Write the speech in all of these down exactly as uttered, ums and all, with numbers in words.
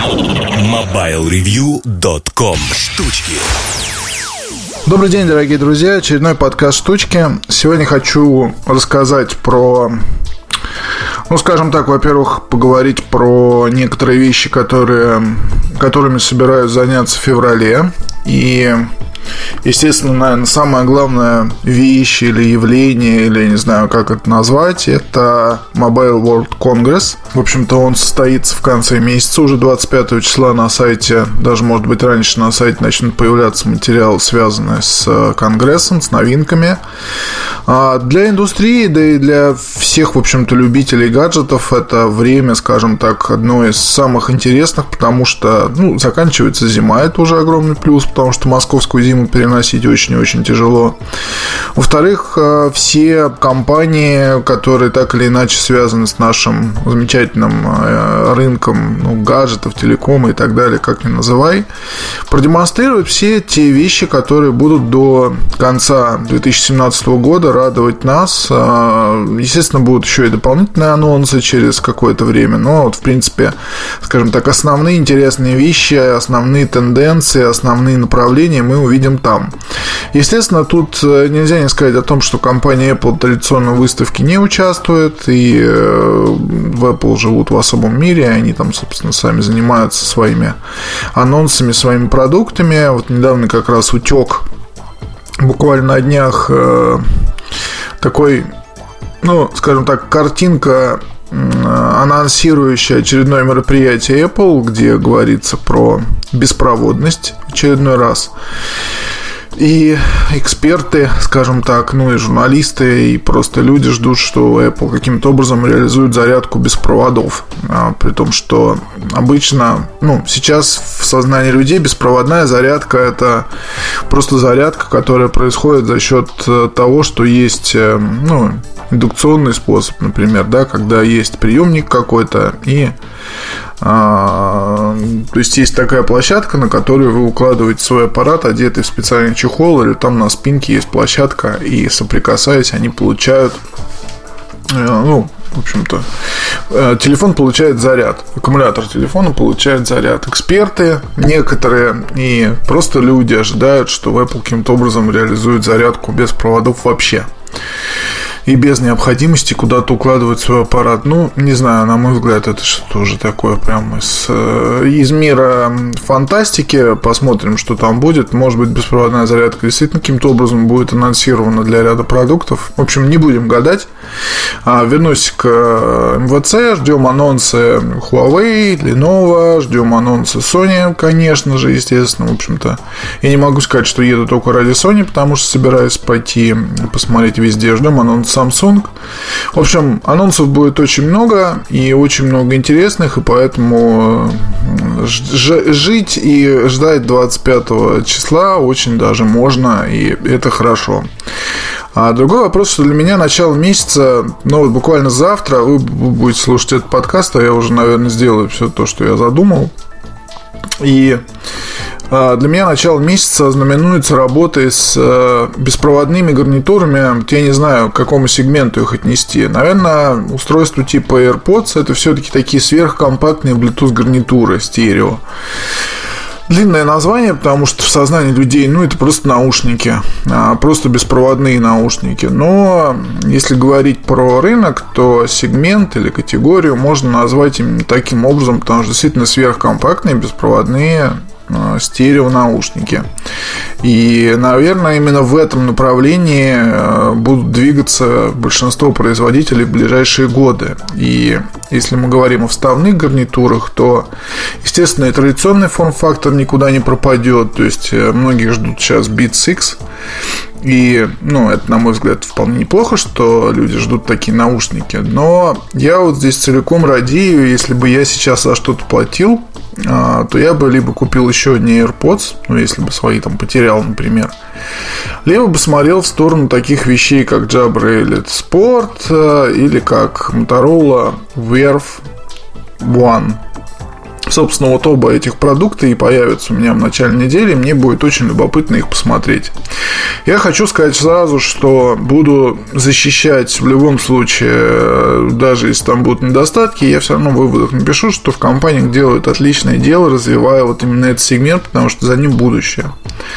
мобайл ревью точка ком. Штучки. Добрый день, дорогие друзья. Очередной подкаст «Штучки». Сегодня хочу рассказать про... Ну, скажем так, во-первых, поговорить про некоторые вещи, которые, которыми собираюсь заняться в феврале. И, естественно, наверное, самая главная вещь или явление, или не знаю, как это назвать, это Mobile World Congress. В общем-то, он состоится в конце месяца, уже двадцать пятого числа на сайте, даже, может быть, раньше на сайте начнут появляться материалы, связанные с конгрессом, с новинками. Для индустрии, да и для всех, в общем-то, любителей гаджетов это время, скажем так, одно из самых интересных, потому что, ну, заканчивается зима, это уже огромный плюс, потому что московскую зиму переносить очень-очень тяжело. Во-вторых, все компании, которые так или иначе связаны с нашим замечательным рынком, ну, гаджетов, телекома и так далее, как ни называй, продемонстрируют все те вещи, которые будут до конца две тысячи семнадцатого года радовать нас. Естественно, будут еще и дополнительные анонсы через какое-то время, но вот, в принципе, скажем так, основные интересные вещи, основные тенденции, основные направления мы увидим там. Естественно, тут нельзя не сказать о том, что компания Apple традиционно в выставке не участвует, и в Apple живут в особом мире, они там, собственно, сами занимаются своими анонсами, своими продуктами. Вот недавно как раз утек буквально на днях такой, ну, скажем так, картинка, анонсирующая очередное мероприятие Apple, где говорится про беспроводность в очередной раз. И эксперты, скажем так, ну и журналисты, и просто люди ждут, что Apple каким-то образом реализует зарядку без проводов. а, При том, что обычно, ну, сейчас в сознании людей беспроводная зарядка — это просто зарядка, которая происходит за счет того, что есть, ну, индукционный способ, например, да, когда есть приемник какой-то и... А, то есть есть такая площадка, на которую вы укладываете свой аппарат, одетый в специальный чехол, или там на спинке есть площадка, и соприкасаясь, они получают, ну, в общем-то, телефон получает заряд, аккумулятор телефона получает заряд. Эксперты некоторые и просто люди ожидают, что Apple каким-то образом реализует зарядку без проводов вообще и без необходимости куда-то укладывать свой аппарат. Ну, не знаю, на мой взгляд, это что-то уже такое прямо из, из мира фантастики. Посмотрим, что там будет. Может быть, беспроводная зарядка действительно каким-то образом будет анонсирована для ряда продуктов. В общем, не будем гадать. Вернусь к эм вэ цэ. Ждем анонсы Huawei, Lenovo. Ждем анонсы Sony, конечно же, естественно. В общем-то, я не могу сказать, что еду только ради Sony, потому что собираюсь пойти посмотреть везде. Ждем анонсы Samsung. В общем, анонсов будет очень много и очень много интересных, и поэтому ж- жить и ждать двадцать пятого числа очень даже можно, и это хорошо. А другой вопрос, что для меня начало месяца, ну вот буквально завтра вы будете слушать этот подкаст, а я уже, наверное, сделаю все то, что я задумал. И для меня начало месяца знаменуется работой с беспроводными гарнитурами. Я не знаю, к какому сегменту их отнести. Наверное, устройство типа AirPods — это все-таки такие сверхкомпактные Bluetooth гарнитуры стерео. Длинное название, потому что в сознании людей, ну, это просто наушники, просто беспроводные наушники. Но если говорить про рынок, то сегмент или категорию можно назвать именно таким образом, потому что действительно сверхкомпактные беспроводные стереонаушники. И, наверное, именно в этом направлении будут двигаться большинство производителей в ближайшие годы. И если мы говорим о вставных гарнитурах, то, естественно, и традиционный форм-фактор никуда не пропадет. То есть многие ждут сейчас Beats X. И, ну, это, на мой взгляд, вполне неплохо, что люди ждут такие наушники. Но я вот здесь целиком радею, если бы я сейчас за что-то платил, то я бы либо купил еще одни AirPods, ну, если бы свои там потерял, например, либо бы смотрел в сторону таких вещей, как Jabra Elite Sport или как Motorola Verve One. Собственно, вот оба этих продукта и появятся у меня в начале недели. Мне будет очень любопытно их посмотреть. Я хочу сказать сразу, что буду защищать в любом случае, даже если там будут недостатки, я все равно в выводах напишу, что в компаниях делают отличное дело, развивая вот именно этот сегмент, потому что за ним будущее.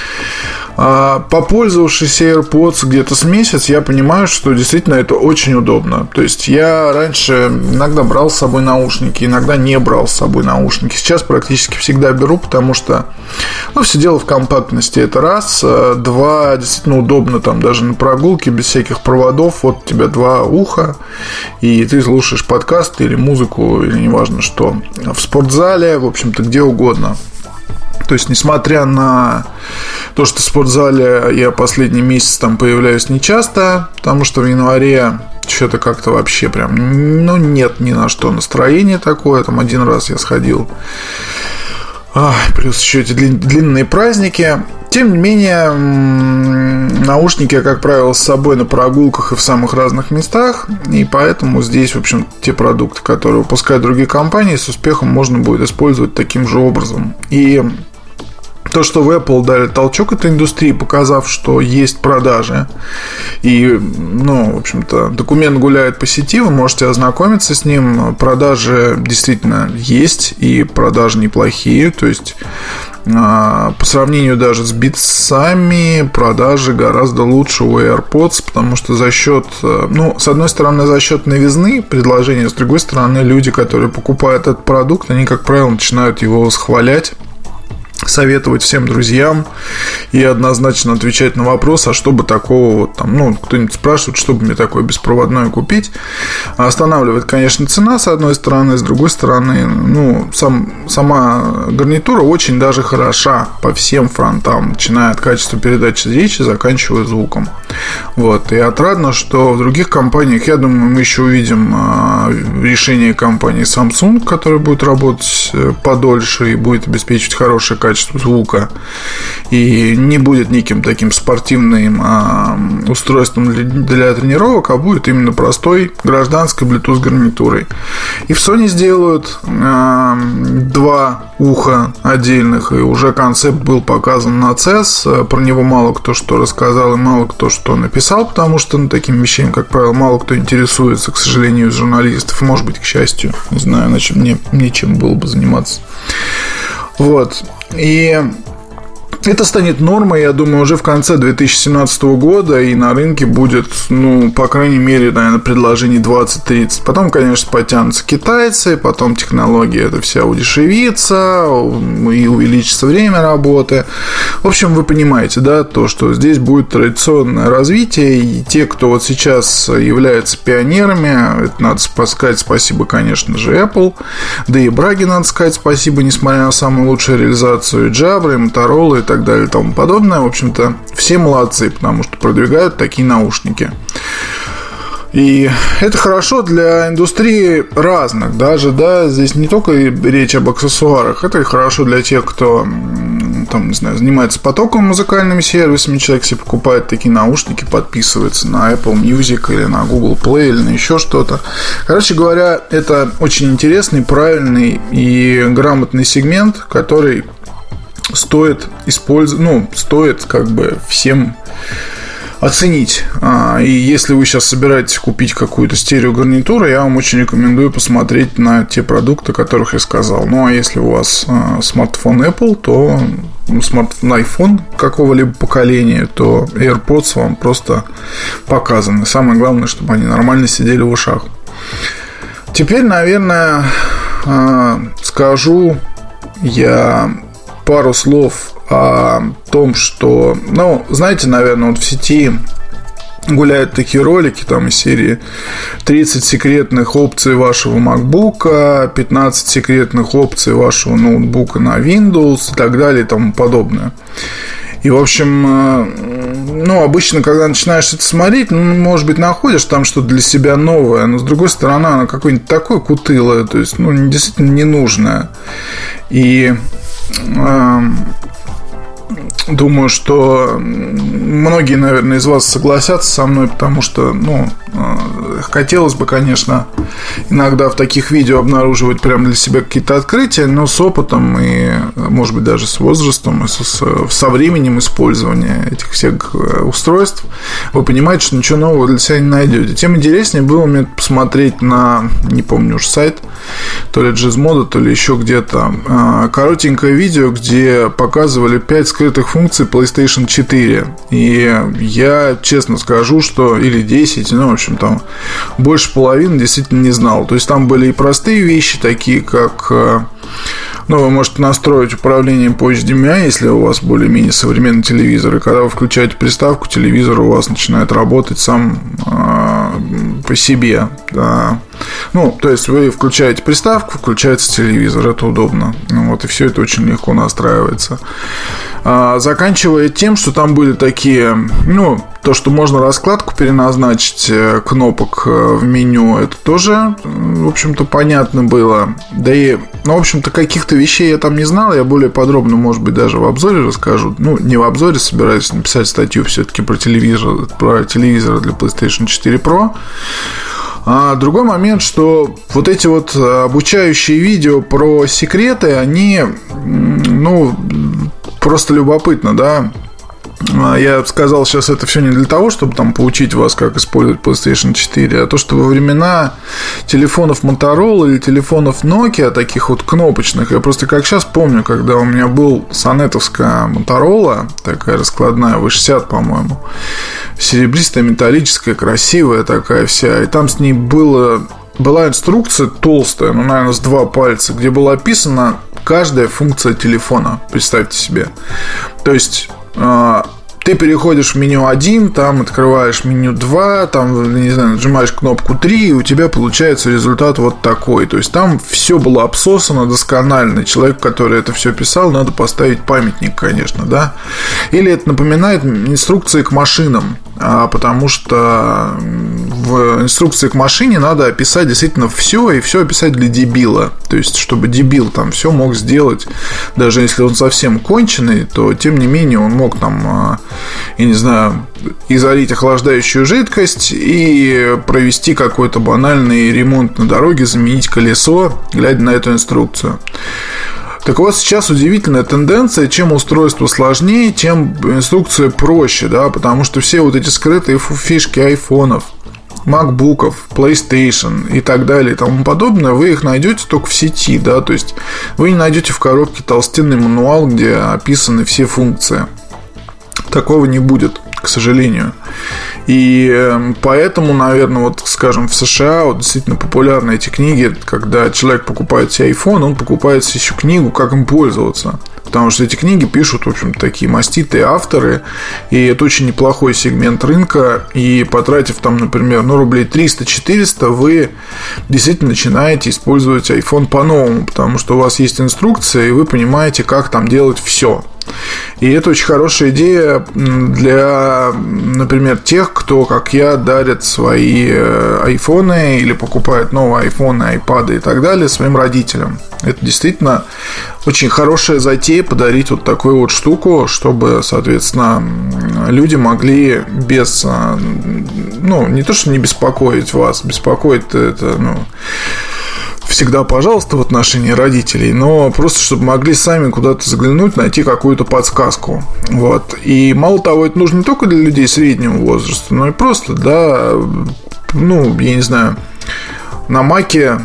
Попользовавшись AirPods где-то с месяц, я понимаю, что действительно это очень удобно. То есть я раньше иногда брал с собой наушники, иногда не брал с собой наушники. Сейчас практически всегда беру, потому что, ну, все дело в компактности. Это раз. Два, действительно удобно там даже на прогулке, без всяких проводов. Вот у тебя два уха, и ты слушаешь подкаст или музыку, или неважно что. В спортзале, в общем-то, где угодно. То есть, несмотря на то, что в спортзале я последний месяц там появляюсь нечасто, потому что в январе что-то как-то вообще прям, ну, нет ни на что настроения такое. Там один раз я сходил. Ах, плюс еще эти длинные праздники. Тем не менее, наушники я, как правило, с собой на прогулках и в самых разных местах. И поэтому здесь, в общем, те продукты, которые выпускают другие компании, с успехом можно будет использовать таким же образом. И то, что в Apple дали толчок этой индустрии, показав, что есть продажи, и, ну, в общем-то, документ гуляет по сети, вы можете ознакомиться с ним. Продажи действительно есть, и продажи неплохие. То есть, по сравнению даже с битсами, продажи гораздо лучше у AirPods, потому что за счет, ну, с одной стороны, за счет новизны предложения, с другой стороны, люди, которые покупают этот продукт, они, как правило, начинают его восхвалять, советовать всем друзьям и однозначно отвечать на вопрос, а что бы такого вот там, ну, кто-нибудь спрашивает, что бы мне такое беспроводное купить. Останавливает, конечно, цена, с одной стороны, с другой стороны, ну, сам, сама гарнитура очень даже хороша по всем фронтам, начиная от качества передачи речи, заканчивая звуком. Вот, и отрадно, что в других компаниях, я думаю, мы еще увидим решение компании Samsung, которая будет работать подольше и будет обеспечивать хорошее качество звука и не будет неким таким спортивным а, устройством для, для тренировок, а будет именно простой гражданской Bluetooth гарнитурой. И в Sony сделают а, два уха отдельных, и уже концепт был показан на си и эс. Про него мало кто что рассказал и мало кто что написал, потому что ну, такими вещами, как правило, мало кто интересуется, к сожалению, из журналистов, может быть, к счастью, не знаю, иначе мне нечем было бы заниматься. Вот. И это станет нормой, я думаю, уже в конце две тысячи семнадцатого года, и на рынке будет, ну, по крайней мере, наверное, предложений двадцать-тридцать. Потом, конечно, потянутся китайцы, потом технология эта вся удешевится и увеличится время работы. В общем, вы понимаете, да, то, что здесь будет традиционное развитие, и те, кто вот сейчас является пионерами, это надо сказать спасибо, конечно же, Apple, да и Браге надо сказать спасибо, несмотря на самую лучшую реализацию, и Jabra, и Motorola, и так далее и тому подобное. В общем-то, все молодцы, потому что продвигают такие наушники. И это хорошо для индустрии разных. Даже, да, здесь не только речь об аксессуарах. Это и хорошо для тех, кто там, не знаю, занимается потоковыми музыкальными сервисами. Человек себе покупает такие наушники, подписывается на Apple Music или на Google Play или на еще что-то. Короче говоря, это очень интересный, правильный и грамотный сегмент, который стоит использовать, ну, стоит как бы всем оценить. И если вы сейчас собираетесь купить какую-то стереогарнитуру, я вам очень рекомендую посмотреть на те продукты, о которых я сказал. Ну, а если у вас смартфон Apple, то ну, смартфон iPhone какого-либо поколения, то AirPods вам просто показаны. Самое главное, чтобы они нормально сидели в ушах. Теперь, наверное, скажу я пару слов о том, что, ну, знаете, наверное, вот в сети гуляют такие ролики там из серии тридцать секретных опций вашего MacBook, пятнадцать секретных опций вашего ноутбука на Windows и так далее и тому подобное. И, в общем, ну, обычно, когда начинаешь это смотреть, ну, может быть, находишь там что-то для себя новое, но, с другой стороны, оно какое-нибудь такое кутылое, то есть, ну, действительно ненужное. И э, думаю, что многие, наверное, из вас согласятся со мной, потому что, ну, Хотелось бы, конечно, иногда в таких видео обнаруживать прямо для себя какие-то открытия, но с опытом и, может быть, даже с возрастом, и со, со временем использования этих всех устройств вы понимаете, что ничего нового для себя не найдете. Тем интереснее было мне посмотреть на, не помню уж сайт, то ли Gizmodo, то ли еще где-то, коротенькое видео, где показывали пять скрытых функций PlayStation четыре. И я честно скажу, что или десять, ну, в общем, там больше половины действительно не знал. То есть там были и простые вещи, такие как, ну, вы можете настроить управление по эйч ди эм ай, если у вас более-менее современный телевизор. И когда вы включаете приставку, телевизор у вас начинает работать сам э, по себе. Да. Ну, то есть вы включаете приставку, включается телевизор. Это удобно. Ну, вот, и все это очень легко настраивается. А, заканчивая тем, что там были такие, ну, то, что можно раскладку переназначить кнопок в меню, это тоже, в общем-то, понятно было. Да и, ну, в общем-то, каких-то вещей я там не знал. Я более подробно, может быть, даже в обзоре расскажу. Ну, не в обзоре, собираюсь написать статью все-таки про телевизор, про телевизор для PlayStation четыре Pro. А другой момент, что вот эти вот обучающие видео про секреты, они, ну, просто любопытно, да. Я сказал сейчас это все не для того, чтобы там поучить вас, как использовать PlayStation четыре, а то, что во времена телефонов Motorola или телефонов Nokia, таких вот кнопочных, я просто как сейчас помню, когда у меня был сонетовская Motorola, такая раскладная, ви шестьдесят, по-моему, серебристая, металлическая, красивая такая вся, и там с ней было... была инструкция толстая, ну, наверное, с два пальца, где была описана каждая функция телефона. Представьте себе. То есть э, ты переходишь в меню один, там открываешь меню два, там, не знаю, нажимаешь кнопку три, и у тебя получается результат вот такой. То есть там все было обсосано досконально. Человек, который это все писал, надо поставить памятник, конечно, да. Или это напоминает инструкции к машинам, а, потому что в инструкции к машине надо описать действительно все, и все описать для дебила. То есть, чтобы дебил там все мог сделать, даже если он совсем конченый, то тем не менее он мог там, я не знаю, изолить охлаждающую жидкость и провести какой-то банальный ремонт на дороге, заменить колесо, глядя на эту инструкцию. Так вот, сейчас удивительная тенденция: чем устройство сложнее, тем инструкция проще, да, потому что все вот эти скрытые фишки айфонов, макбуков, PlayStation и так далее и тому подобное, вы их найдете только в сети, да, то есть вы не найдете в коробке толстенный мануал, где описаны все функции. Такого не будет, к сожалению. И поэтому, наверное, вот, скажем, в США вот действительно популярны эти книги, когда человек покупает себе iPhone, он покупает себе еще книгу, как им пользоваться. Потому что эти книги пишут, в общем, такие маститые авторы, и это очень неплохой сегмент рынка. И потратив там, например, ну, рублей триста-четыреста, вы действительно начинаете использовать iPhone по-новому, потому что у вас есть инструкция, и вы понимаете, как там делать все. И это очень хорошая идея для, например, тех, кто, как я, дарит свои айфоны или покупает новые айфоны, айпады и так далее своим родителям. Это действительно очень хорошая затея — подарить вот такую вот штуку, чтобы, соответственно, люди могли без, ну, не то что не беспокоить вас, беспокоить это, ну, всегда пожалуйста в отношении родителей, но просто чтобы могли сами куда-то заглянуть, найти какую-то подсказку. Вот. И мало того, это нужно не только для людей среднего возраста, но и просто, да, ну, я не знаю, на Маке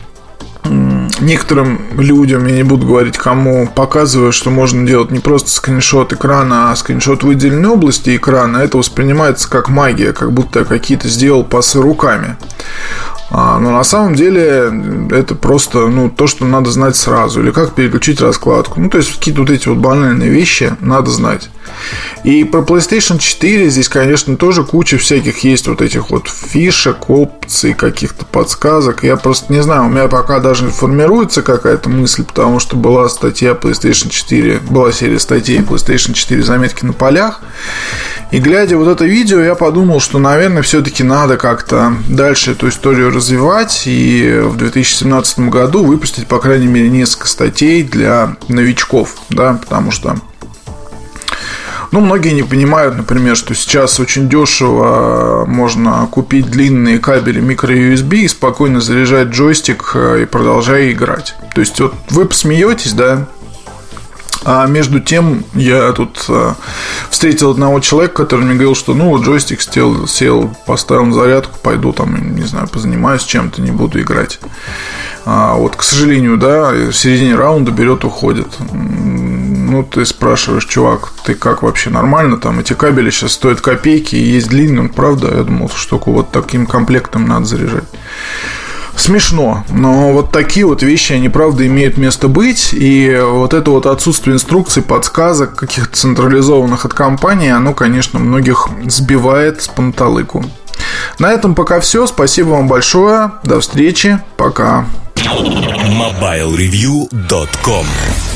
некоторым людям, я не буду говорить кому, показываю, что можно делать не просто скриншот экрана, а скриншот выделенной области экрана. Это воспринимается как магия, как будто я какие-то сделал пасы руками. Но на самом деле это просто, ну, то, что надо знать сразу. Или как переключить раскладку. Ну, то есть какие-то вот эти вот банальные вещи надо знать. И про PlayStation четыре здесь, конечно, тоже куча всяких есть вот этих вот фишек, опций, каких-то подсказок. Я просто не знаю, у меня пока даже формируется какая-то мысль, потому что была статья PlayStation четыре, была серия статей PlayStation четыре «Заметки на полях». И глядя вот это видео, я подумал, что, наверное, все-таки надо как-то дальше эту историю развивать и в две тысячи семнадцатом году выпустить, по крайней мере, несколько статей для новичков, да, потому что Ну, многие не понимают, например, что сейчас очень дешево можно купить длинные кабели микро-ю эс би и спокойно заряжать джойстик и продолжая играть. То есть, вот вы посмеетесь, да? А между тем, я тут э, встретил одного человека, который мне говорил, что ну вот джойстик сел, сел, поставил на зарядку, пойду там, не знаю, позанимаюсь чем-то, не буду играть. А вот, к сожалению, да, в середине раунда берет, уходит. Ну, ты спрашиваешь, чувак, ты как вообще, нормально? Там эти кабели сейчас стоят копейки и есть длинные, правда? Я думал, что вот таким комплектом надо заряжать. Смешно, но вот такие вот вещи, они, правда, имеют место быть. И вот это вот отсутствие инструкций, подсказок, каких-то централизованных от компании, оно, конечно, многих сбивает с панталыку. На этом пока все. Спасибо вам большое. До встречи. Пока. мобайл ревью точка ком